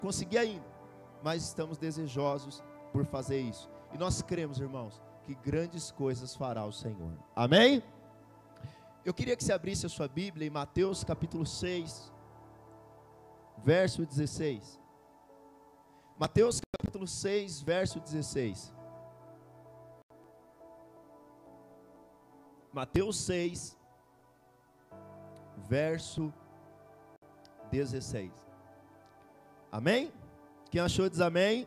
conseguir ainda, mas estamos desejosos por fazer isso. E nós cremos, irmãos, que grandes coisas fará o Senhor. Amém? Eu queria que você abrisse a sua Bíblia em Mateus capítulo 6, verso 16. Mateus capítulo 6, verso 16. Mateus 6, verso 16. Amém? Quem achou diz amém.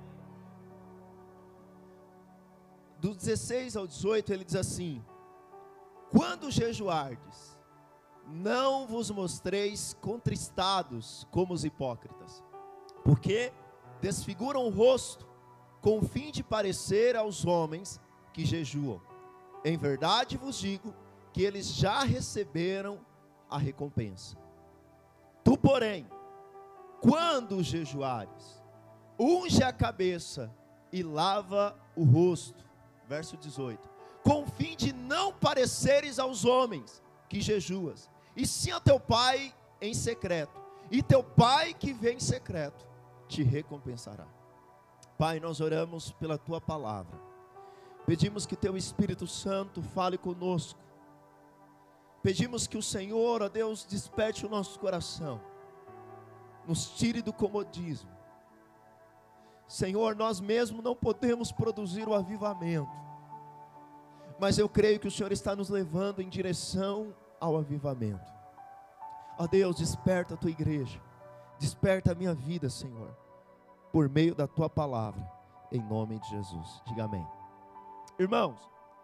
Do 16 ao 18 ele diz assim: quando jejuardes, não vos mostreis contristados como os hipócritas, porque desfiguram o rosto com o fim de parecer aos homens que jejuam. Em verdade vos digo que eles já receberam a recompensa. Tu, porém, quando jejuares, unge a cabeça e lava o rosto. Verso 18. Com o fim de não pareceres aos homens que jejuas, e sim a teu pai em secreto, e teu pai que vem em secreto te recompensará. Pai, nós oramos pela tua palavra, pedimos que teu Espírito Santo fale conosco, pedimos que o Senhor, ó Deus, desperte o nosso coração, nos tire do comodismo. Senhor, nós mesmos não podemos produzir o avivamento, mas eu creio que o Senhor está nos levando em direção ao avivamento. Ó Deus, desperta a tua igreja, desperta a minha vida, Senhor, por meio da tua palavra, em nome de Jesus. Diga amém. Irmãos,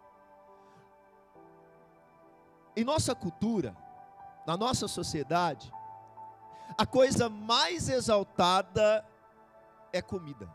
em nossa cultura, na nossa sociedade, a coisa mais exaltada é comida.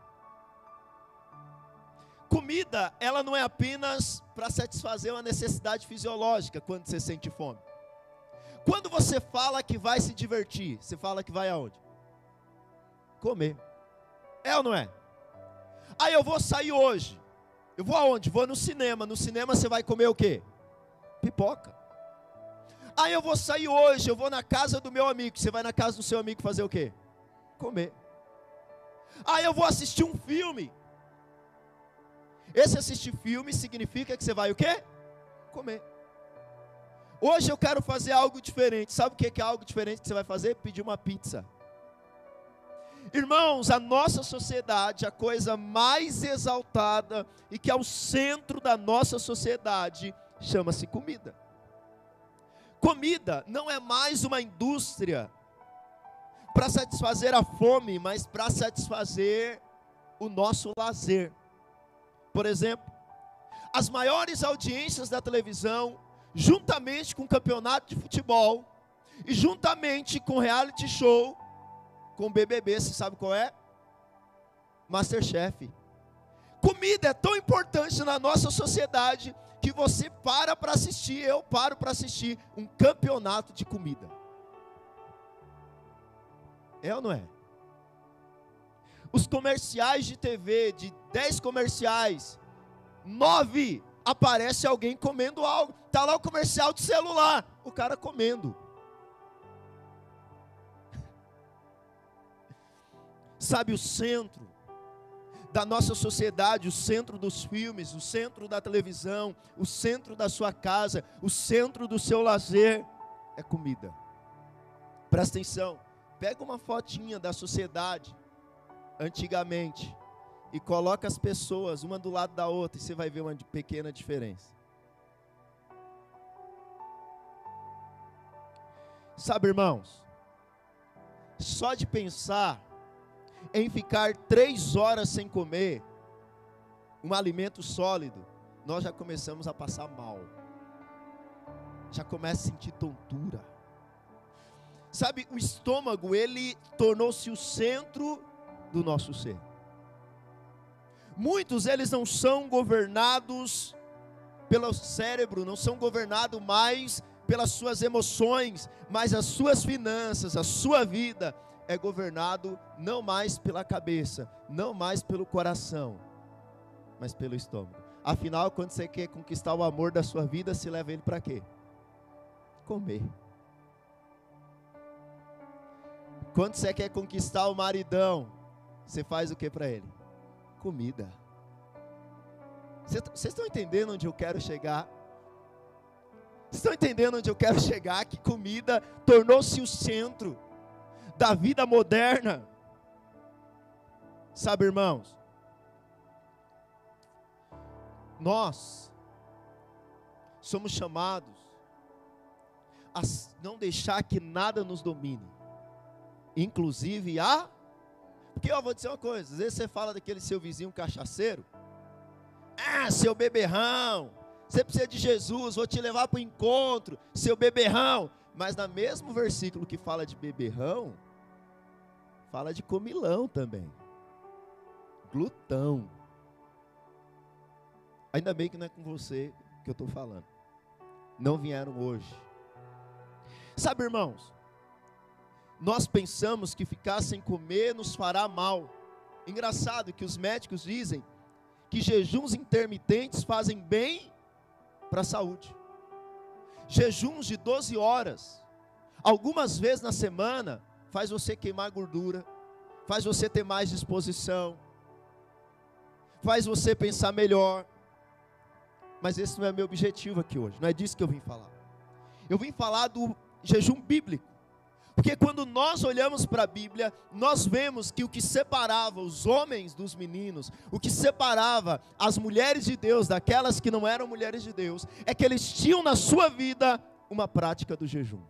Comida, ela não é apenas para satisfazer uma necessidade fisiológica quando você sente fome. Quando você fala que vai se divertir, você fala que vai aonde? Comer. É ou não é? Aí eu vou sair hoje. Eu vou aonde? Vou no cinema. No cinema você vai comer o quê? Pipoca. Aí eu vou sair hoje, eu vou na casa do meu amigo. Você vai na casa do seu amigo fazer o quê? Comer. Aí eu vou assistir um filme. Esse assistir filme significa que você vai o quê? Comer. Hoje eu quero fazer algo diferente. Sabe o que é algo diferente que você vai fazer? Pedir uma pizza. Irmãos, a nossa sociedade, a coisa mais exaltada e que é o centro da nossa sociedade, chama-se comida. Comida não é mais uma indústria para satisfazer a fome, mas para satisfazer o nosso lazer. Por exemplo, as maiores audiências da televisão, juntamente com o campeonato de futebol, e juntamente com reality show, com o BBB, você sabe qual é? Masterchef. Comida é tão importante na nossa sociedade, que você para assistir, eu paro para assistir um campeonato de comida. É ou não é? Os comerciais de TV, de 10 comerciais, 9 aparece alguém comendo algo. Está lá o comercial de celular, o cara comendo. Sabe, o centro da nossa sociedade, o centro dos filmes, o centro da televisão, o centro da sua casa, o centro do seu lazer é comida. Presta atenção, pega uma fotinha da sociedade antigamente e coloca as pessoas uma do lado da outra e você vai ver uma pequena diferença. Sabe, irmãos, só de pensar em ficar 3 horas sem comer um alimento sólido, nós já começamos a passar mal, já começa a sentir tontura. Sabe, o estômago, ele tornou-se o centro do nosso ser. Muitos, eles não são governados pelo cérebro, não são governados mais pelas suas emoções, mas as suas finanças, a sua vida é governado não mais pela cabeça, não mais pelo coração, mas pelo estômago. Afinal, quando você quer conquistar o amor da sua vida, você leva ele para quê? Comer. Quando você quer conquistar o maridão, você faz o que para ele? Comida. Vocês estão entendendo onde eu quero chegar? Vocês estão entendendo onde eu quero chegar? Que comida tornou-se o centro da vida moderna. Sabe, irmãos, nós somos chamados a não deixar que nada nos domine, inclusive porque eu vou dizer uma coisa, às vezes você fala daquele seu vizinho cachaceiro, seu beberrão, você precisa de Jesus, vou te levar para o encontro, seu beberrão, mas no mesmo versículo que fala de beberrão, fala de comilão também, glutão. Ainda bem que não é com você que eu estou falando, não vieram hoje. Sabe, irmãos, nós pensamos que ficar sem comer nos fará mal. Engraçado que os médicos dizem que jejuns intermitentes fazem bem para a saúde. Jejuns de 12 horas, algumas vezes na semana, faz você queimar gordura, faz você ter mais disposição, faz você pensar melhor. Mas esse não é meu objetivo aqui hoje, não é disso que eu vim falar. Eu vim falar do jejum bíblico, porque quando nós olhamos para a Bíblia, nós vemos que o que separava os homens dos meninos, o que separava as mulheres de Deus daquelas que não eram mulheres de Deus, é que eles tinham na sua vida uma prática do jejum.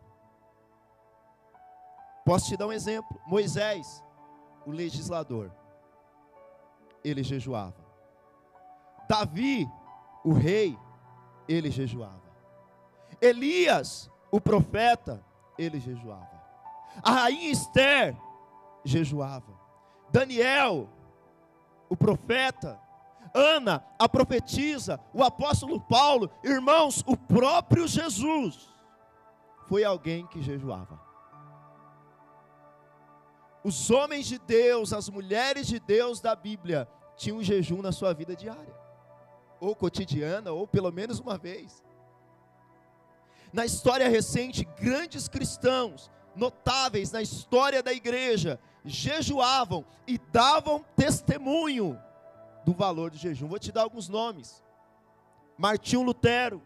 Posso te dar um exemplo? Moisés, o legislador, ele jejuava. Davi, o rei, ele jejuava. Elias, o profeta, ele jejuava. A rainha Esther jejuava. Daniel, o profeta. Ana, a profetisa. O apóstolo Paulo. Irmãos, o próprio Jesus foi alguém que jejuava. Os homens de Deus, as mulheres de Deus da Bíblia tinham um jejum na sua vida diária, ou cotidiana, ou pelo menos uma vez. Na história recente, grandes cristãos, notáveis na história da igreja, jejuavam e davam testemunho do valor do jejum. Vou te dar alguns nomes: Martinho Lutero,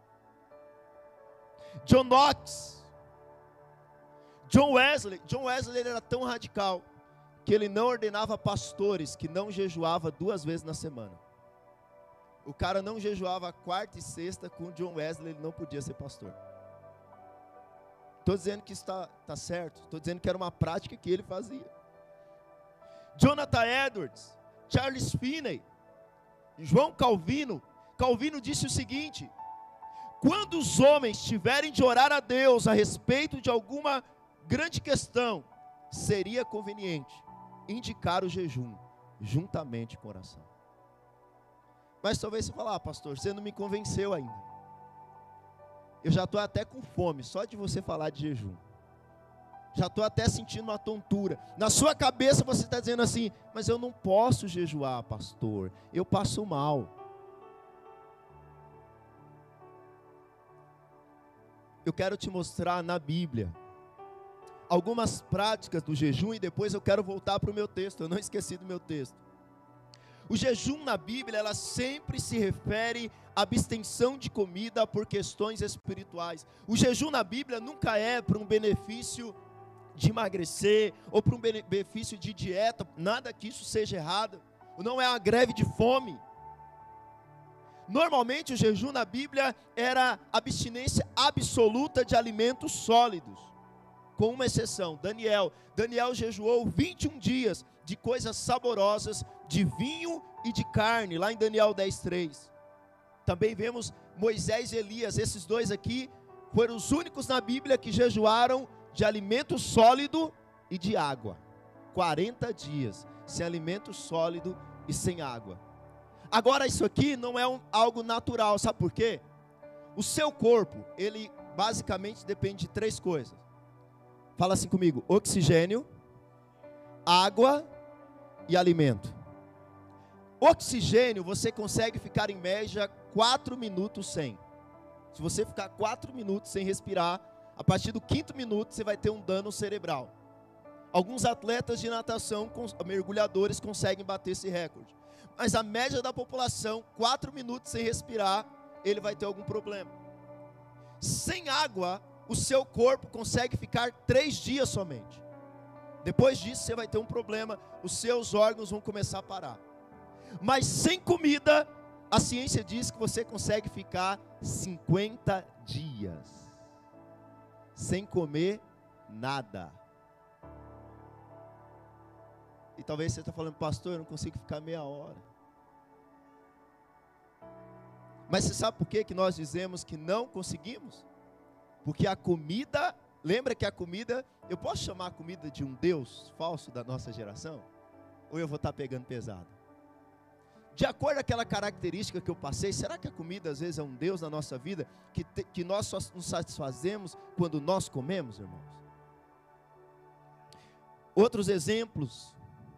John Knox, John Wesley. John Wesley era tão radical que ele não ordenava pastores que não jejuava 2 vezes na semana. O cara não jejuava quarta e sexta, com John Wesley ele não podia ser pastor. Estou dizendo que isso está certo, estou dizendo que era uma prática que ele fazia. Jonathan Edwards, Charles Finney, João Calvino. Calvino disse o seguinte: quando os homens tiverem de orar a Deus a respeito de alguma grande questão, seria conveniente indicar o jejum juntamente com oração. Mas talvez você fale: pastor, você não me convenceu ainda. Eu já estou até com fome, só de você falar de jejum. Já estou até sentindo uma tontura. Na sua cabeça você está dizendo assim: mas eu não posso jejuar, pastor, eu passo mal. Eu quero te mostrar na Bíblia algumas práticas do jejum, e depois eu quero voltar para o meu texto. Eu não esqueci do meu texto. O jejum na Bíblia, ela sempre se refere à abstenção de comida por questões espirituais. O jejum na Bíblia nunca é para um benefício de emagrecer, ou para um benefício de dieta, nada que isso seja errado. Não é uma greve de fome. Normalmente o jejum na Bíblia era abstinência absoluta de alimentos sólidos, com uma exceção: Daniel. Daniel jejuou 21 dias de coisas saborosas, de vinho e de carne, lá em Daniel 10:3. Também vemos Moisés e Elias. Esses dois aqui foram os únicos na Bíblia que jejuaram de alimento sólido e de água. 40 dias sem alimento sólido e sem água. Agora, isso aqui não é algo natural, sabe por quê? O seu corpo, ele basicamente depende de 3 coisas. Fala assim comigo: oxigênio, água e alimento. Oxigênio, você consegue ficar em média 4 minutos sem. Se você ficar 4 minutos sem respirar, a partir do 5º minuto você vai ter um dano cerebral. Alguns atletas de natação, mergulhadores, conseguem bater esse recorde. Mas a média da população, 4 minutos sem respirar, ele vai ter algum problema. Sem água, o seu corpo consegue ficar 3 dias somente. Depois disso você vai ter um problema, os seus órgãos vão começar a parar. Mas sem comida, a ciência diz que você consegue ficar 50 dias. Sem comer nada. E talvez você está falando, pastor, eu não consigo ficar meia hora. Mas você sabe por que nós dizemos que não conseguimos? Porque a comida, lembra que a comida, eu posso chamar a comida de um Deus falso da nossa geração? Ou eu vou estar pegando pesado? De acordo com aquela característica que eu passei, será que a comida às vezes é um Deus na nossa vida, que nós só nos satisfazemos quando nós comemos, irmãos? Outros exemplos,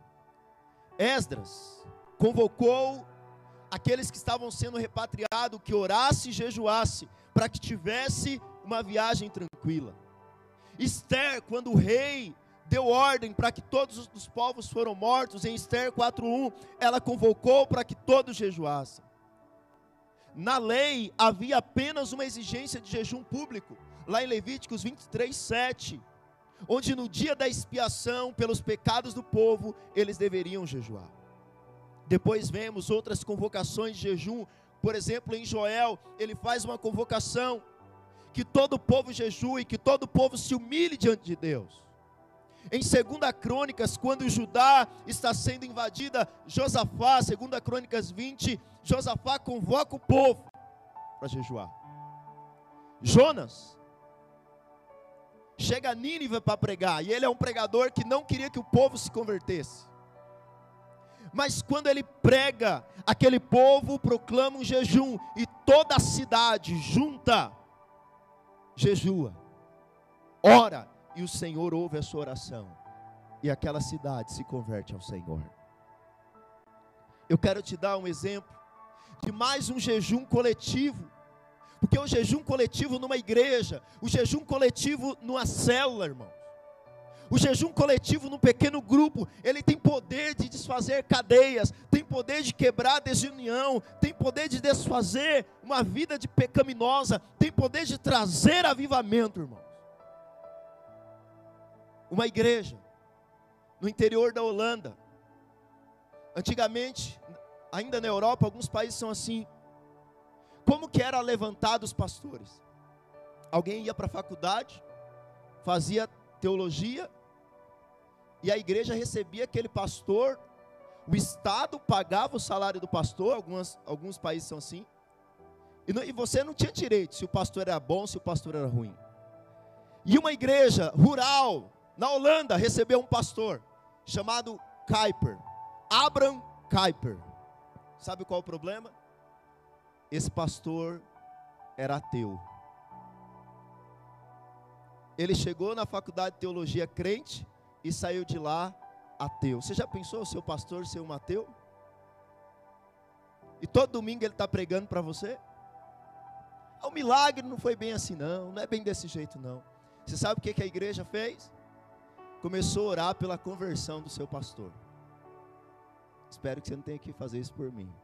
Esdras convocou aqueles que estavam sendo repatriados, que orasse e jejuasse, para que tivesse uma viagem tranquila. Esther, quando o rei deu ordem para que todos os povos foram mortos, em Esther 4:1, ela convocou para que todos jejuassem. Na lei havia apenas uma exigência de jejum público, lá em Levíticos 23:7, onde no dia da expiação pelos pecados do povo, eles deveriam jejuar. Depois vemos outras convocações de jejum, por exemplo em Joel, ele faz uma convocação, que todo o povo jejue, que todo o povo se humilhe diante de Deus. Em 2 Crônicas, quando Judá está sendo invadida, Josafá, 2 Crônicas 20, Josafá convoca o povo para jejuar. Jonas chega a Nínive para pregar, e ele é um pregador que não queria que o povo se convertesse. Mas quando ele prega, aquele povo proclama um jejum, e toda a cidade junta, jejua, ora, e o Senhor ouve a sua oração, e aquela cidade se converte ao Senhor. Eu quero te dar um exemplo de mais um jejum coletivo, porque o jejum coletivo numa igreja, o jejum coletivo numa célula, irmãos, o jejum coletivo num pequeno grupo, ele tem poder de desfazer cadeias, tem poder de quebrar desunião, tem poder de desfazer uma vida de pecaminosa, tem poder de trazer avivamento, irmãos. Uma igreja no interior da Holanda, antigamente, ainda na Europa, alguns países são assim. Como que era levantado os pastores? Alguém ia para a faculdade, fazia teologia, e a igreja recebia aquele pastor, o Estado pagava o salário do pastor, alguns países são assim, e você não tinha direito se o pastor era bom, se o pastor era ruim. E uma igreja rural, na Holanda, recebeu um pastor, chamado Kuyper, Abraham Kuyper. Sabe qual é o problema? Esse pastor era ateu. Ele chegou na faculdade de teologia crente, e saiu de lá ateu. Você já pensou o seu pastor ser um ateu? E todo domingo ele está pregando para você? O milagre não foi bem assim não é bem desse jeito não. Você sabe o que a igreja fez? Começou a orar pela conversão do seu pastor. Espero que você não tenha que fazer isso por mim.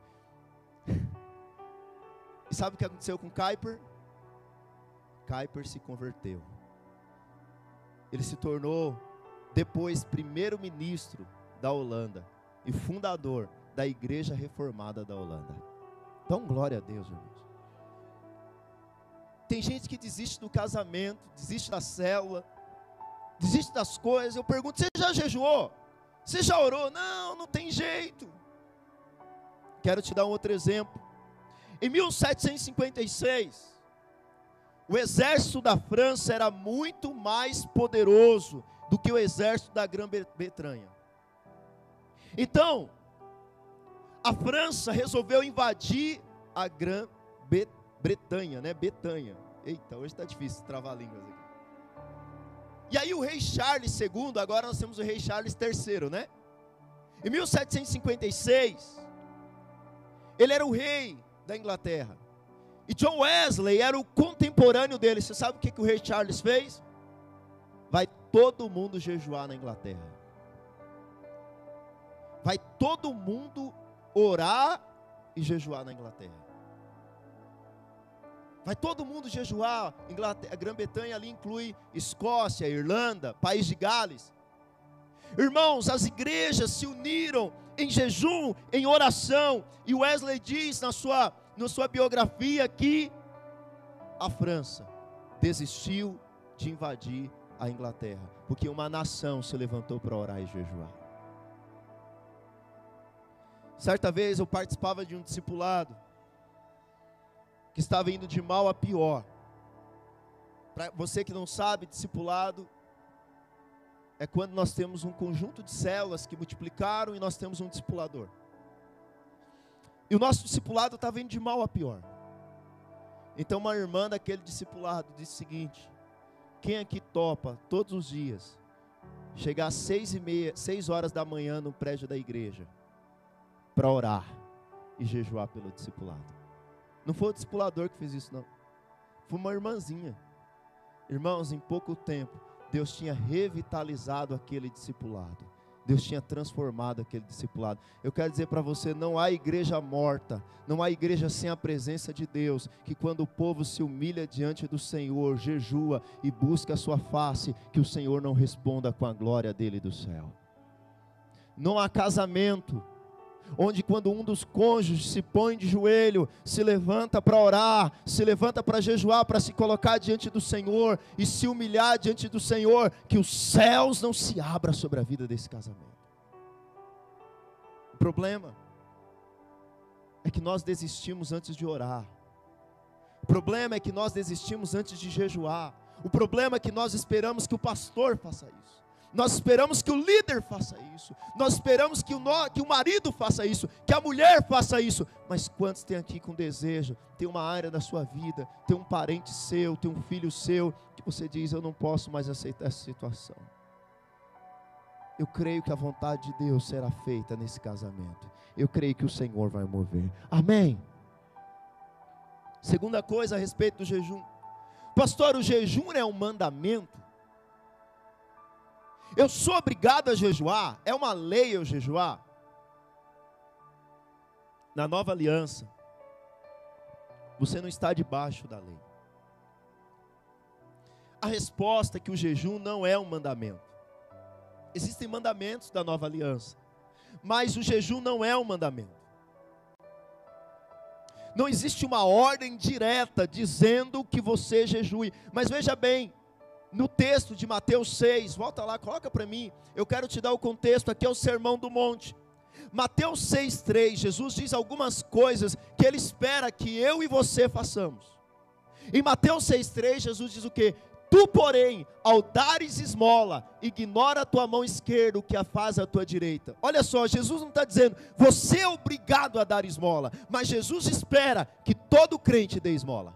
E sabe o que aconteceu com Kuyper? Kuyper se converteu. Ele se tornou depois primeiro-ministro da Holanda e fundador da Igreja Reformada da Holanda. Então glória a Deus, irmãos. Tem gente que desiste do casamento, desiste da célula, desiste das coisas. Eu pergunto, você já jejuou? Você já orou? Não tem jeito. Quero te dar um outro exemplo. Em 1756, o exército da França era muito mais poderoso do que o exército da Grã-Bretanha. Então, a França resolveu invadir a Grã-Bretanha, né? Bretanha. Eita, hoje está difícil travar línguas aqui. E aí o rei Charles II, agora nós temos o rei Charles III, né? Em 1756, ele era o rei da Inglaterra. E John Wesley era o contemporâneo dele. Você sabe o que o rei Charles fez? Vai todo mundo jejuar na Inglaterra. Vai todo mundo orar e jejuar na Inglaterra. Vai todo mundo jejuar. A Grã-Bretanha ali inclui Escócia, Irlanda, País de Gales. Irmãos, as igrejas se uniram em jejum, em oração. E Wesley diz na sua biografia que a França desistiu de invadir a Inglaterra, porque uma nação se levantou para orar e jejuar. Certa vez eu participava de um discipulado que estava indo de mal a pior. Para você que não sabe, discipulado é quando nós temos um conjunto de células que multiplicaram e nós temos um discipulador. E o nosso discipulado estava indo de mal a pior. Então uma irmã daquele discipulado disse o seguinte: quem aqui topa todos os dias chegar às 6 horas da manhã no prédio da igreja para orar e jejuar pelo discipulado? Não foi o discipulador que fez isso, não. Foi uma irmãzinha. Irmãos, em pouco tempo Deus tinha revitalizado aquele discipulado. Deus tinha transformado aquele discipulado. Eu quero dizer para você, não há igreja morta, não há igreja sem a presença de Deus, que quando o povo se humilha diante do Senhor, jejua e busca a sua face, que o Senhor não responda com a glória dele do céu. Não há casamento onde quando um dos cônjuges se põe de joelho, se levanta para orar, se levanta para jejuar, para se colocar diante do Senhor e se humilhar diante do Senhor, que os céus não se abram sobre a vida desse casamento. O problema é que nós desistimos antes de orar. O problema é que nós desistimos antes de jejuar. O problema é que nós esperamos que o pastor faça isso. Nós esperamos que o líder faça isso. Nós esperamos que o marido faça isso, que a mulher faça isso. Mas quantos tem aqui com desejo? Tem uma área da sua vida, tem um parente seu, tem um filho seu, que você diz: eu não posso mais aceitar essa situação. Eu creio que a vontade de Deus será feita nesse casamento. Eu creio que o Senhor vai mover. Amém? Segunda coisa a respeito do jejum. Pastor, o jejum é um mandamento? Eu sou obrigado a jejuar? É uma lei eu jejuar? Na nova aliança, você não está debaixo da lei. A resposta é que o jejum não é um mandamento. Existem mandamentos da nova aliança, mas o jejum não é um mandamento. Não existe uma ordem direta dizendo que você jejue. Mas veja bem, no texto de Mateus 6, volta lá, coloca para mim, eu quero te dar o contexto, aqui é o Sermão do Monte. Mateus 6,3, Jesus diz algumas coisas que Ele espera que eu e você façamos. Em Mateus 6,3, Jesus diz o quê? Tu, porém, ao dares esmola, ignora a tua mão esquerda o que a faz a tua direita. Olha só, Jesus não está dizendo, você é obrigado a dar esmola, mas Jesus espera que todo crente dê esmola.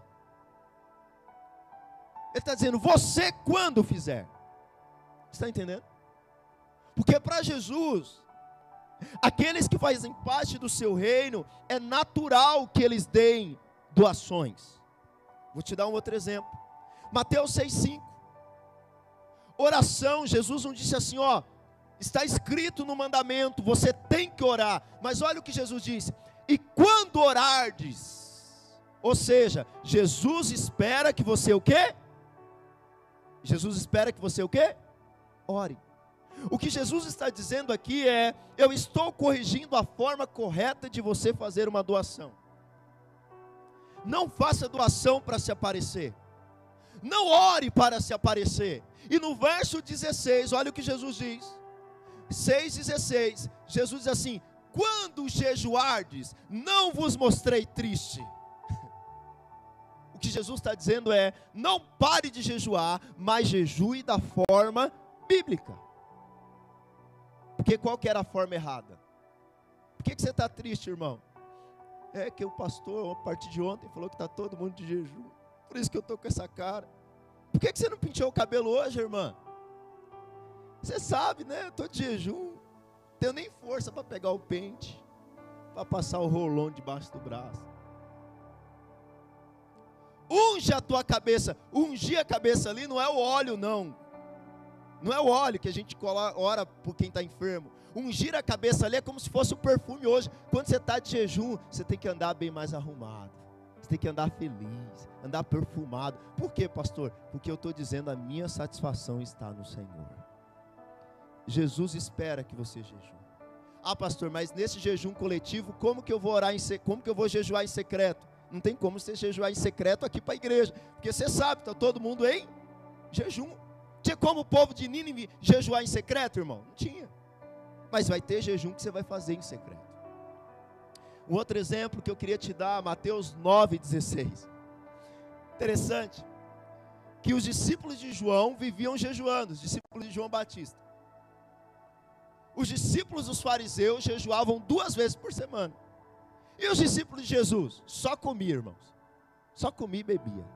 Ele está dizendo, você quando fizer. Está entendendo? Porque para Jesus, aqueles que fazem parte do seu reino, é natural que eles deem doações. Vou te dar um outro exemplo. Mateus 6,5. Oração, Jesus não disse assim, ó, está escrito no mandamento, você tem que orar. Mas olha o que Jesus disse, e quando orardes, ou seja, Jesus espera que você o quê? Jesus espera que você o quê? Ore. O que Jesus está dizendo aqui é, eu estou corrigindo a forma correta de você fazer uma doação. Não faça doação para se aparecer. Não ore para se aparecer. E no verso 16, olha o que Jesus diz. 6,16, Jesus diz assim, quando jejuardes, não vos mostrei triste. O que Jesus está dizendo é, não pare de jejuar, mas jejue da forma bíblica. Porque qual que era a forma errada? Por que você está triste, irmão? É que o pastor, a partir de ontem, falou que está todo mundo de jejum. Por isso que eu estou com essa cara. Por que você não penteou o cabelo hoje, irmã? Você sabe, né? Eu estou de jejum. Não tenho nem força para pegar o pente, para passar o rolão debaixo do braço. Unge a tua cabeça. Ungir a cabeça ali não é o óleo, não. Não é o óleo que a gente ora por quem está enfermo. Ungir a cabeça ali é como se fosse um perfume hoje. Quando você está de jejum, você tem que andar bem mais arrumado. Você tem que andar feliz, andar perfumado. Por quê, pastor? Porque eu estou dizendo, a minha satisfação está no Senhor. Jesus espera que você jejue. Ah, pastor, mas nesse jejum coletivo, como que eu vou como que eu vou jejuar em secreto? Não tem como você jejuar em secreto aqui para a igreja, porque você sabe, está todo mundo em jejum. Tinha como o povo de Nínive jejuar em secreto, irmão? Não tinha. Mas vai ter jejum que você vai fazer em secreto. Um outro exemplo que eu queria te dar, Mateus 9,16. Interessante, que os discípulos de João viviam jejuando, os discípulos de João Batista. Os discípulos dos fariseus jejuavam 2 vezes por semana. E os discípulos de Jesus? Só comiam, irmãos. Só comia e bebia.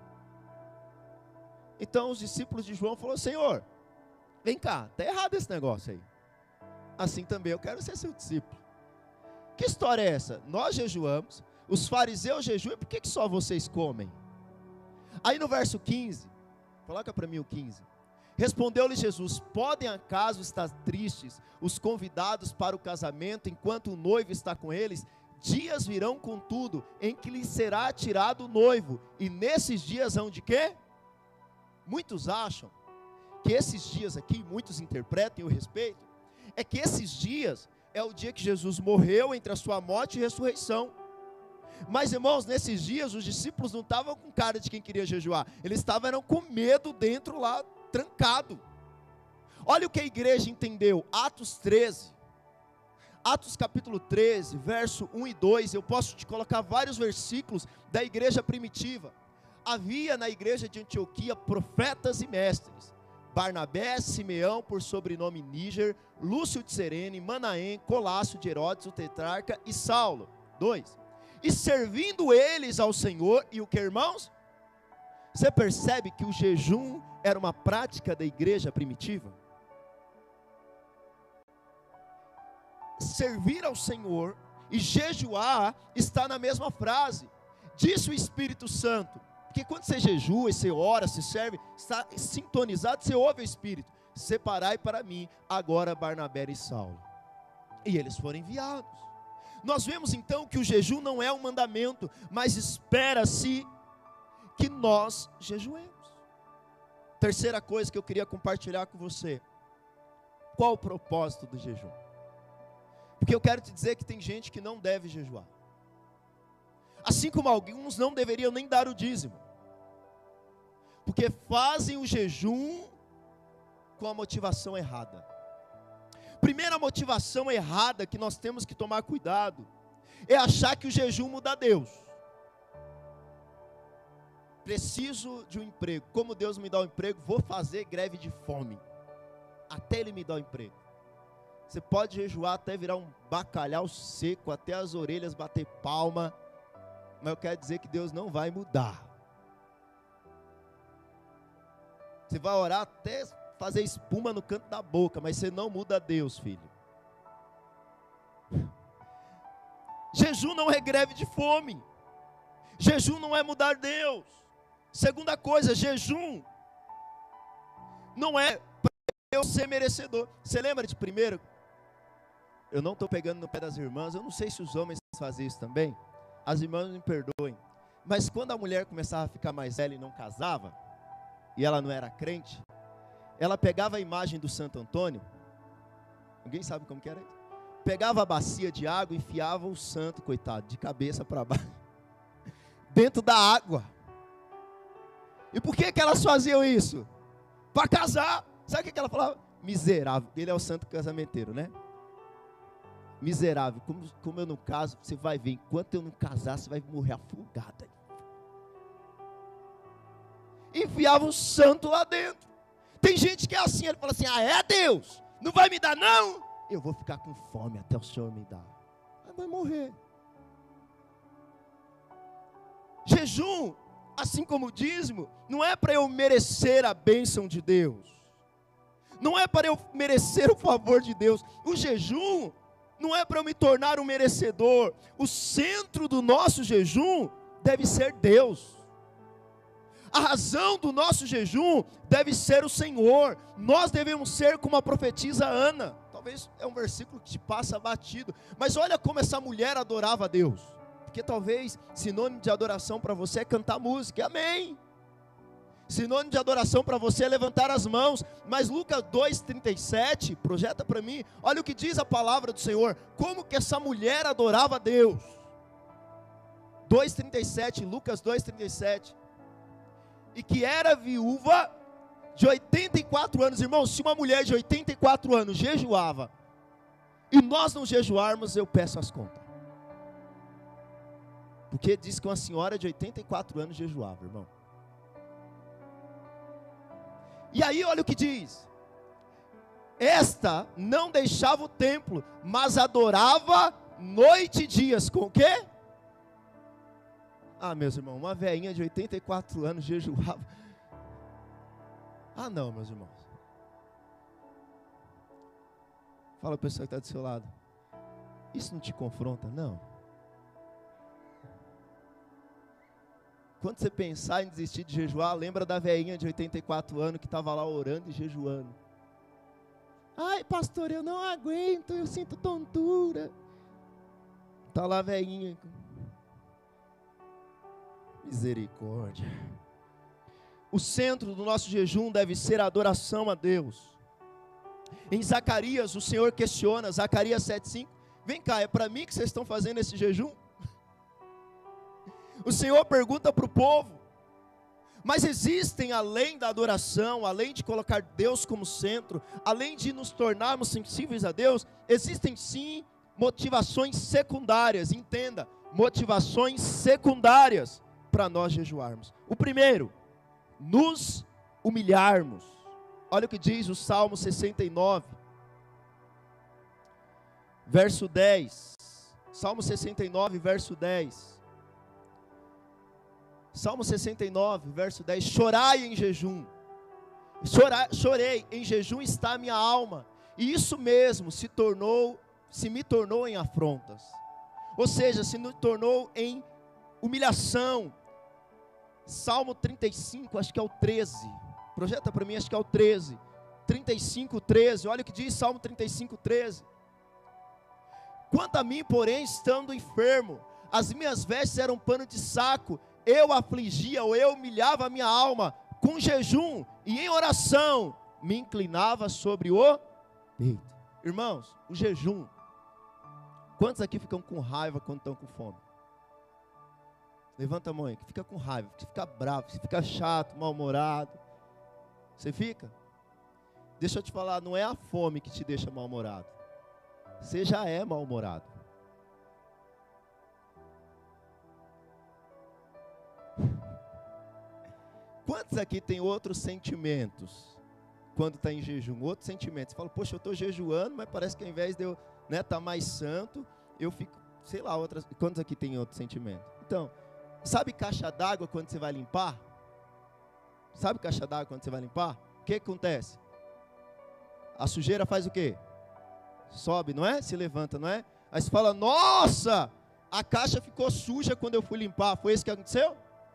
Então os discípulos de João falaram: Senhor, vem cá, está errado esse negócio aí. Assim também eu quero ser seu discípulo. Que história é essa? Nós jejuamos, os fariseus jejuam, por que só vocês comem? Aí no verso 15, coloca para mim o 15. Respondeu-lhe Jesus: podem acaso estar tristes os convidados para o casamento, enquanto o noivo está com eles? Dias virão, contudo, em que lhes será tirado o noivo, e nesses dias hão de quê? Muitos acham que esses dias aqui, muitos interpretam, eu respeito, é que esses dias é o dia que Jesus morreu, entre a sua morte e ressurreição. Mas, irmãos, nesses dias os discípulos não estavam com cara de quem queria jejuar, eles estavam com medo dentro lá, trancado. Olha o que a igreja entendeu. Atos 13, Atos capítulo 13, verso 1 e 2, eu posso te colocar vários versículos da igreja primitiva. Havia na igreja de Antioquia profetas e mestres: Barnabé, Simeão, por sobrenome Níger, Lúcio de Cirene, Manaém, Colácio de Herodes, o tetrarca, e Saulo. 2. E servindo eles ao Senhor, e o que, irmãos? Você percebe que o jejum era uma prática da igreja primitiva? Servir ao Senhor e jejuar está na mesma frase. Disse o Espírito Santo, porque quando você jejua, você ora, se serve, está sintonizado, você ouve o Espírito: separai para mim agora Barnabé e Saulo. E eles foram enviados. Nós vemos então que o jejum não é um mandamento, mas espera-se que nós jejuemos. Terceira coisa que eu queria compartilhar com você: qual o propósito do jejum? Porque eu quero te dizer que tem gente que não deve jejuar, assim como alguns não deveriam nem dar o dízimo, porque fazem o jejum com a motivação errada. Primeira motivação errada que nós temos que tomar cuidado é achar que o jejum muda Deus. Preciso de um emprego, como Deus me dá um emprego, vou fazer greve de fome até Ele me dar um emprego. Você pode jejuar até virar um bacalhau seco, até as orelhas bater palma, mas eu quero dizer que Deus não vai mudar. Você vai orar até fazer espuma no canto da boca, mas você não muda Deus, filho. Jejum não é greve de fome. Jejum não é mudar Deus. Segunda coisa, jejum não é para eu ser merecedor. Você lembra de primeiro? Eu não estou pegando no pé das irmãs, eu não sei se os homens fazem isso também. As irmãs me perdoem, mas quando a mulher começava a ficar mais velha e não casava, e ela não era crente, ela pegava a imagem do Santo Antônio. Alguém sabe como que era isso? Pegava a bacia de água e enfiava o santo, coitado, de cabeça para baixo, dentro da água. E por que elas faziam isso? Para casar. Sabe o que ela falava? Miserável. Ele é o santo casamenteiro, né? Miserável. Como eu não caso, você vai ver. Enquanto eu não casar, você vai morrer afogada. Enfiava o santo lá dentro. Tem gente que é assim, ele fala assim: ah, é Deus? Não vai me dar não? Eu vou ficar com fome até o Senhor me dar. Aí vai morrer. Jejum, assim como o dízimo, não é para eu merecer a bênção de Deus. Não é para eu merecer o favor de Deus. O jejum não é para eu me tornar um merecedor. O centro do nosso jejum deve ser Deus. A razão do nosso jejum deve ser o Senhor. Nós devemos ser como a profetisa Ana. Talvez é um versículo que te passa batido, mas olha como essa mulher adorava a Deus. Porque talvez sinônimo de adoração para você é cantar música, amém. Sinônimo de adoração para você é levantar as mãos, mas Lucas 2,37, projeta para mim, olha o que diz a palavra do Senhor, como que essa mulher adorava a Deus. 2,37, Lucas 2,37, e que era viúva de 84 anos, irmãos, se uma mulher de 84 anos jejuava, e nós não jejuarmos, eu peço as contas, porque diz que uma senhora de 84 anos jejuava, irmão. E aí olha o que diz, esta não deixava o templo, mas adorava noite e dias, com o quê? Ah, meus irmãos, uma velhinha de 84 anos jejuava, ah não, meus irmãos, fala a pessoa que está do seu lado, isso não te confronta? Não. Quando você pensar em desistir de jejuar, lembra da velhinha de 84 anos que estava lá orando e jejuando. Ai, pastor, eu não aguento, eu sinto tontura. Está lá a velhinha. Misericórdia. O centro do nosso jejum deve ser a adoração a Deus. Em Zacarias, o Senhor questiona, Zacarias 7,5. Vem cá, é para mim que vocês estão fazendo esse jejum? O Senhor pergunta para o povo, mas existem além da adoração, além de colocar Deus como centro, além de nos tornarmos sensíveis a Deus, existem sim motivações secundárias, entenda, motivações secundárias para nós jejuarmos. O primeiro, nos humilharmos. Olha o que diz o Salmo 69, verso 10, Salmo 69, verso 10. Salmo 69, verso 10, chorai em jejum, chorei, em jejum está a minha alma, e isso mesmo se me tornou em afrontas, ou seja, se me tornou em humilhação. Salmo 35, acho que é o 13, projeta para mim, acho que é o 13, 35, 13, olha o que diz Salmo 35, 13, quanto a mim, porém, estando enfermo, as minhas vestes eram pano de saco, eu afligia ou eu humilhava a minha alma, com jejum e em oração, me inclinava sobre o peito. Irmãos, o jejum, quantos aqui ficam com raiva quando estão com fome? Levanta a mão aí, que fica com raiva, que fica bravo, que fica chato, mal-humorado. Você fica? Deixa eu te falar, não é a fome que te deixa mal-humorado. Você já é mal-humorado. Quantos aqui tem outros sentimentos quando está em jejum? Outros sentimentos. Você fala, poxa, eu estou jejuando, mas parece que ao invés de eu estar mais santo, eu fico, sei lá, outras. Quantos aqui tem outro sentimento? Então, sabe caixa d'água quando você vai limpar? Sabe caixa d'água quando você vai limpar? O que acontece? A sujeira faz o quê? Sobe, não é? Se levanta, não é? Aí você fala, nossa, a caixa ficou suja quando eu fui limpar. Foi isso que aconteceu?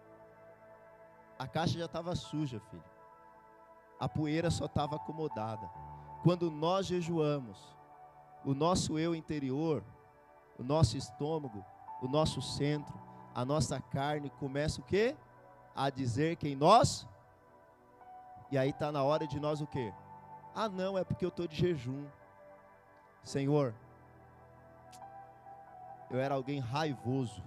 A caixa já estava suja, filho. A poeira só estava acomodada. Quando nós jejuamos, o nosso eu interior, o nosso estômago, o nosso centro, a nossa carne começa o quê? A dizer quem nós? E aí está na hora de nós o quê? Ah não, é porque eu estou de jejum. Senhor, eu era alguém raivoso,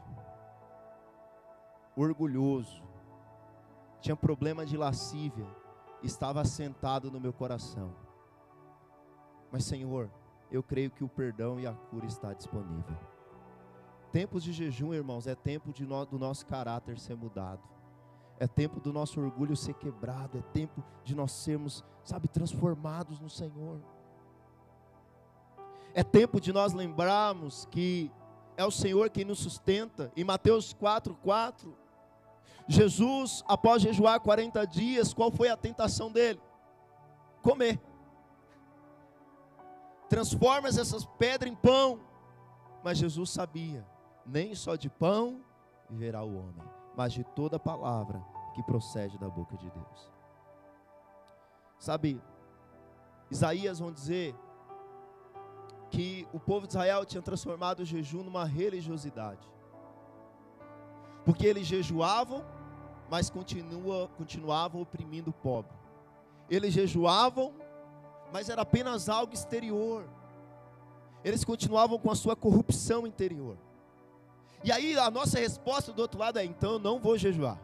orgulhoso, tinha problema de lascívia, estava assentado no meu coração. Mas Senhor, eu creio que o perdão e a cura está disponível. Tempos de jejum, irmãos, é tempo do nosso caráter ser mudado. É tempo do nosso orgulho ser quebrado. É tempo de nós sermos, transformados no Senhor. É tempo de nós lembrarmos que é o Senhor quem nos sustenta. Em Mateus 4:4, Jesus, após jejuar 40 dias, qual foi a tentação dele? Comer. Transforma essas pedras em pão. Mas Jesus sabia, nem só de pão viverá o homem, mas de toda palavra que procede da boca de Deus. Sabe, Isaías vão dizer que o povo de Israel tinha transformado o jejum numa religiosidade, porque eles jejuavam, mas continuavam oprimindo o pobre. Eles jejuavam, mas era apenas algo exterior. Eles continuavam com a sua corrupção interior. E aí a nossa resposta do outro lado é: então eu não vou jejuar.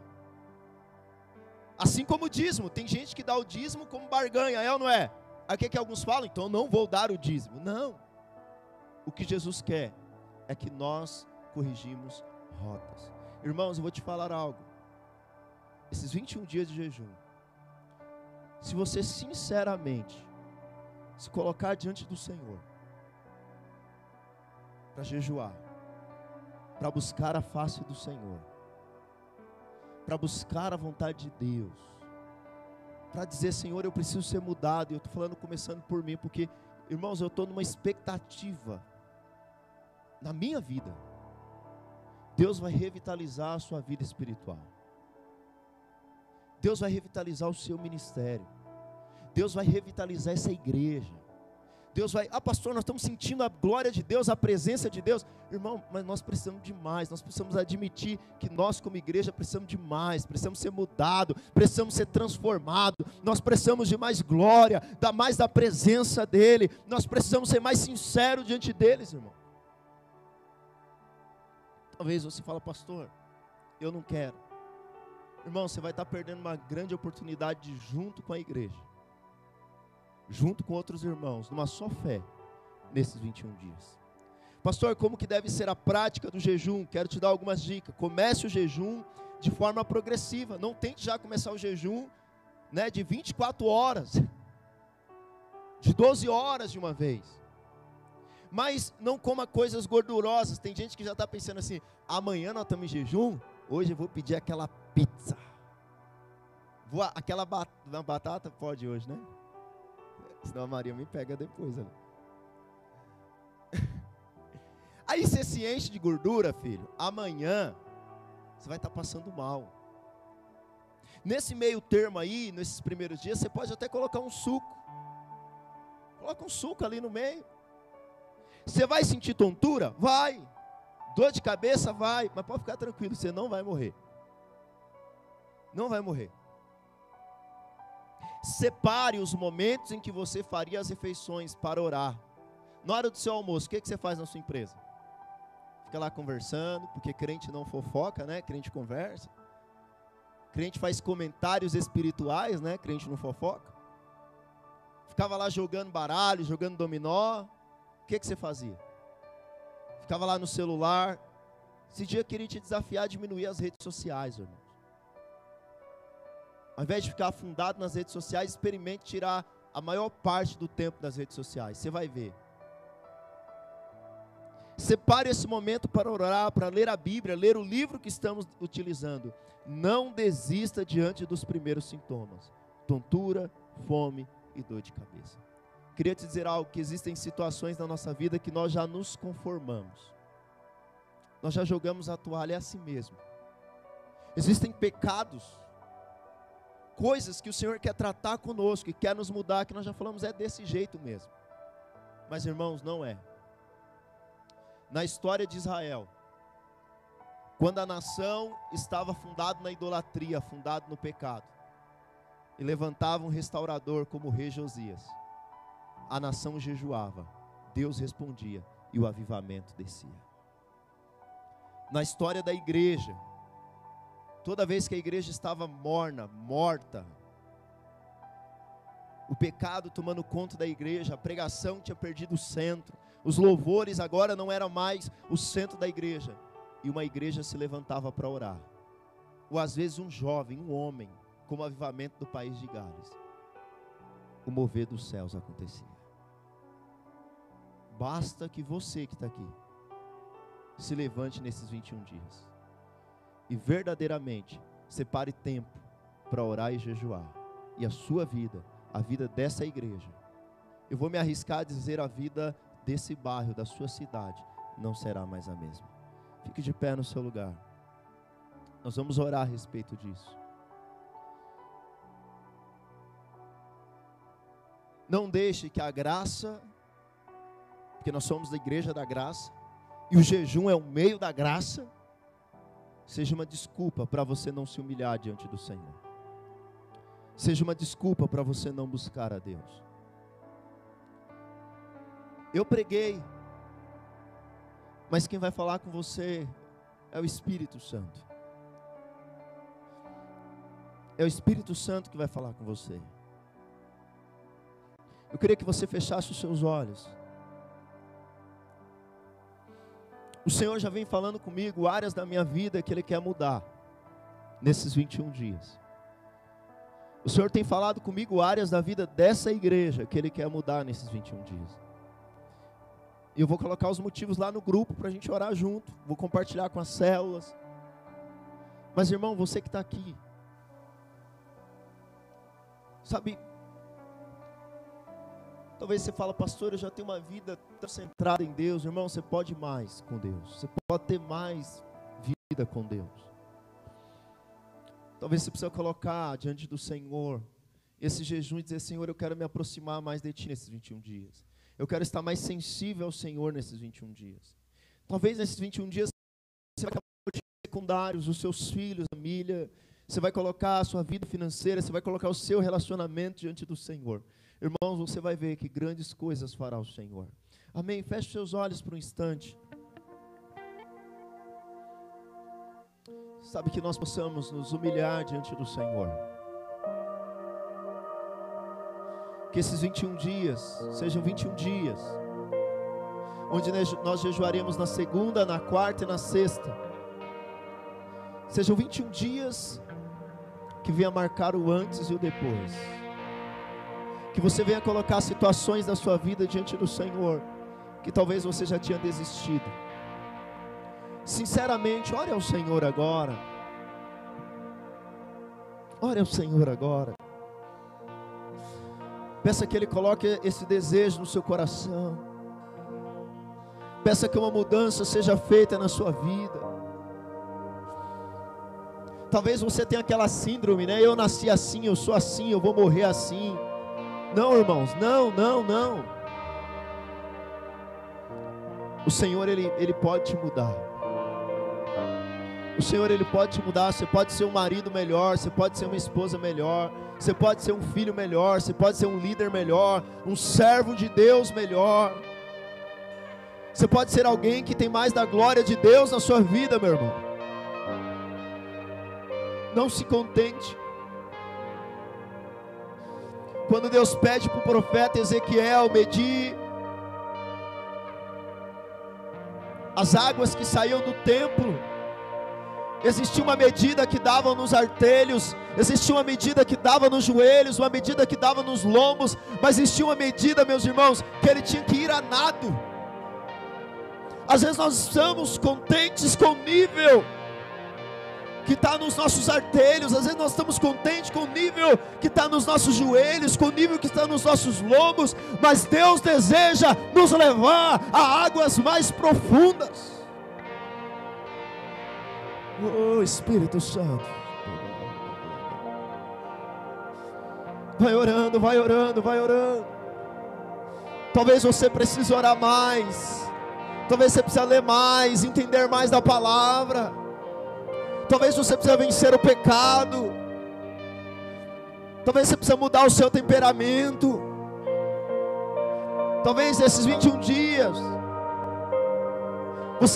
Assim como o dízimo, tem gente que dá o dízimo como barganha, é ou não é? Aí o que alguns falam? Então eu não vou dar o dízimo. Não. O que Jesus quer é que nós corrigimos rotas. Irmãos, eu vou te falar algo. Esses 21 dias de jejum, se você sinceramente se colocar diante do Senhor para jejuar, para buscar a face do Senhor, para buscar a vontade de Deus, para dizer: Senhor, eu preciso ser mudado. E eu estou falando começando por mim, porque, irmãos, eu estou numa expectativa na minha vida. Deus vai revitalizar a sua vida espiritual. Deus vai revitalizar o seu ministério. Deus vai revitalizar essa igreja. Deus vai: pastor, nós estamos sentindo a glória de Deus, a presença de Deus. Irmão, mas nós precisamos de mais. Nós precisamos admitir que nós como igreja precisamos de mais. Precisamos ser mudados, precisamos ser transformados. Nós precisamos de mais glória, mais da presença dEle. Nós precisamos ser mais sinceros diante deles, irmão. Talvez você fale: pastor, eu não quero. Irmão, você vai estar perdendo uma grande oportunidade de, junto com a igreja, junto com outros irmãos, numa só fé, nesses 21 dias. Pastor, como que deve ser a prática do jejum? Quero te dar algumas dicas. Comece o jejum de forma progressiva. Não tente já começar o jejum, de 24 horas, de 12 horas de uma vez. Mas não coma coisas gordurosas. Tem gente que já está pensando assim: amanhã nós estamos em jejum, hoje eu vou pedir aquela pizza. Aquela batata pode hoje, né? Senão a Maria me pega depois. Né? Aí você se enche de gordura, filho. Amanhã você vai estar passando mal. Nesse meio termo aí, nesses primeiros dias, você pode até colocar um suco. Coloca um suco ali no meio. Você vai sentir tontura? Vai. Dor de cabeça? Vai. Mas pode ficar tranquilo, você não vai morrer. Não vai morrer. Separe os momentos em que você faria as refeições para orar. Na hora do seu almoço, o que você faz na sua empresa? Fica lá conversando, porque crente não fofoca, né? Crente conversa. Crente faz comentários espirituais, né? Crente não fofoca. Ficava lá jogando baralho, jogando dominó. O que você fazia? Ficava lá no celular. Esse dia eu queria te desafiar a diminuir as redes sociais, irmãos. Ao invés de ficar afundado nas redes sociais, experimente tirar a maior parte do tempo das redes sociais. Você vai ver. Separe esse momento para orar, para ler a Bíblia, ler o livro que estamos utilizando. Não desista diante dos primeiros sintomas: tontura, fome e dor de cabeça. Queria te dizer algo: que existem situações na nossa vida que nós já nos conformamos. Nós já jogamos a toalha, é assim mesmo. Existem pecados, coisas que o Senhor quer tratar conosco, que quer nos mudar, que nós já falamos, é desse jeito mesmo. Mas, irmãos, não é. Na história de Israel, quando a nação estava fundada na idolatria, fundada no pecado, e levantava um restaurador como o rei Josias, a nação jejuava, Deus respondia e o avivamento descia. Na história da igreja, toda vez que a igreja estava morta, o pecado tomando conta da igreja, a pregação tinha perdido o centro, os louvores agora não eram mais o centro da igreja, e uma igreja se levantava para orar, ou às vezes um jovem, um homem, como o avivamento do país de Gales, o mover dos céus acontecia. Basta que você que está aqui se levante nesses 21 dias e verdadeiramente separe tempo para orar e jejuar, e a sua vida, a vida dessa igreja, eu vou me arriscar a dizer, a vida desse bairro, da sua cidade, não será mais a mesma. Fique de pé no seu lugar. Nós vamos orar a respeito disso. Não deixe que a graça, porque nós somos da igreja da graça, e o jejum é o meio da graça, seja uma desculpa para você não se humilhar diante do Senhor. Seja uma desculpa para você não buscar a Deus. Eu preguei, mas quem vai falar com você é o Espírito Santo. É o Espírito Santo que vai falar com você. Eu queria que você fechasse os seus olhos. O Senhor já vem falando comigo áreas da minha vida que Ele quer mudar nesses 21 dias. O Senhor tem falado comigo áreas da vida dessa igreja que Ele quer mudar nesses 21 dias. E eu vou colocar os motivos lá no grupo para a gente orar junto. Vou compartilhar com as células. Mas irmão, você que está aqui, sabe, talvez você fala, pastor, eu já tenho uma vida tão centrada em Deus. Irmão, você pode mais com Deus. Você pode ter mais vida com Deus. Talvez você precisa colocar diante do Senhor esse jejum e dizer, Senhor, eu quero me aproximar mais de Ti nesses 21 dias. Eu quero estar mais sensível ao Senhor nesses 21 dias. Talvez nesses 21 dias você vai colocar os secundários, os seus filhos, a família. Você vai colocar a sua vida financeira, você vai colocar o seu relacionamento diante do Senhor. Irmãos, você vai ver que grandes coisas fará o Senhor. Amém? Feche seus olhos por um instante. Sabe, que nós possamos nos humilhar diante do Senhor. Que esses 21 dias sejam 21 dias onde nós jejuaremos na segunda, na quarta e na sexta. Sejam 21 dias que venha marcar o antes e o depois. Que você venha colocar situações da sua vida diante do Senhor, que talvez você já tinha desistido. Sinceramente, ore ao Senhor agora. Ore ao Senhor agora. Peça que Ele coloque esse desejo no seu coração. Peça que uma mudança seja feita na sua vida. Talvez você tenha aquela síndrome, né? Eu nasci assim, eu sou assim, eu vou morrer assim. Não, irmãos, não. O Senhor, Ele pode te mudar. O Senhor, Ele pode te mudar. Você pode ser um marido melhor, você pode ser uma esposa melhor, você pode ser um filho melhor, você pode ser um líder melhor, um servo de Deus melhor. Você pode ser alguém que tem mais da glória de Deus na sua vida, meu irmão. Não se contente. Quando Deus pede para o profeta Ezequiel medir as águas que saíam do templo, existia uma medida que dava nos artelhos, existia uma medida que dava nos joelhos, uma medida que dava nos lombos, mas existia uma medida, meus irmãos, que ele tinha que ir a nado. Às vezes nós estamos contentes com o nível que está nos nossos artelhos, às vezes nós estamos contentes com o nível que está nos nossos joelhos, com o nível que está nos nossos lombos, mas Deus deseja nos levar a águas mais profundas. Oh, Espírito Santo, vai orando, vai orando, vai orando. Talvez você precise orar mais, talvez você precise ler mais, entender mais da palavra. Talvez você precise vencer o pecado. Talvez você precise mudar o seu temperamento. Talvez esses 21 dias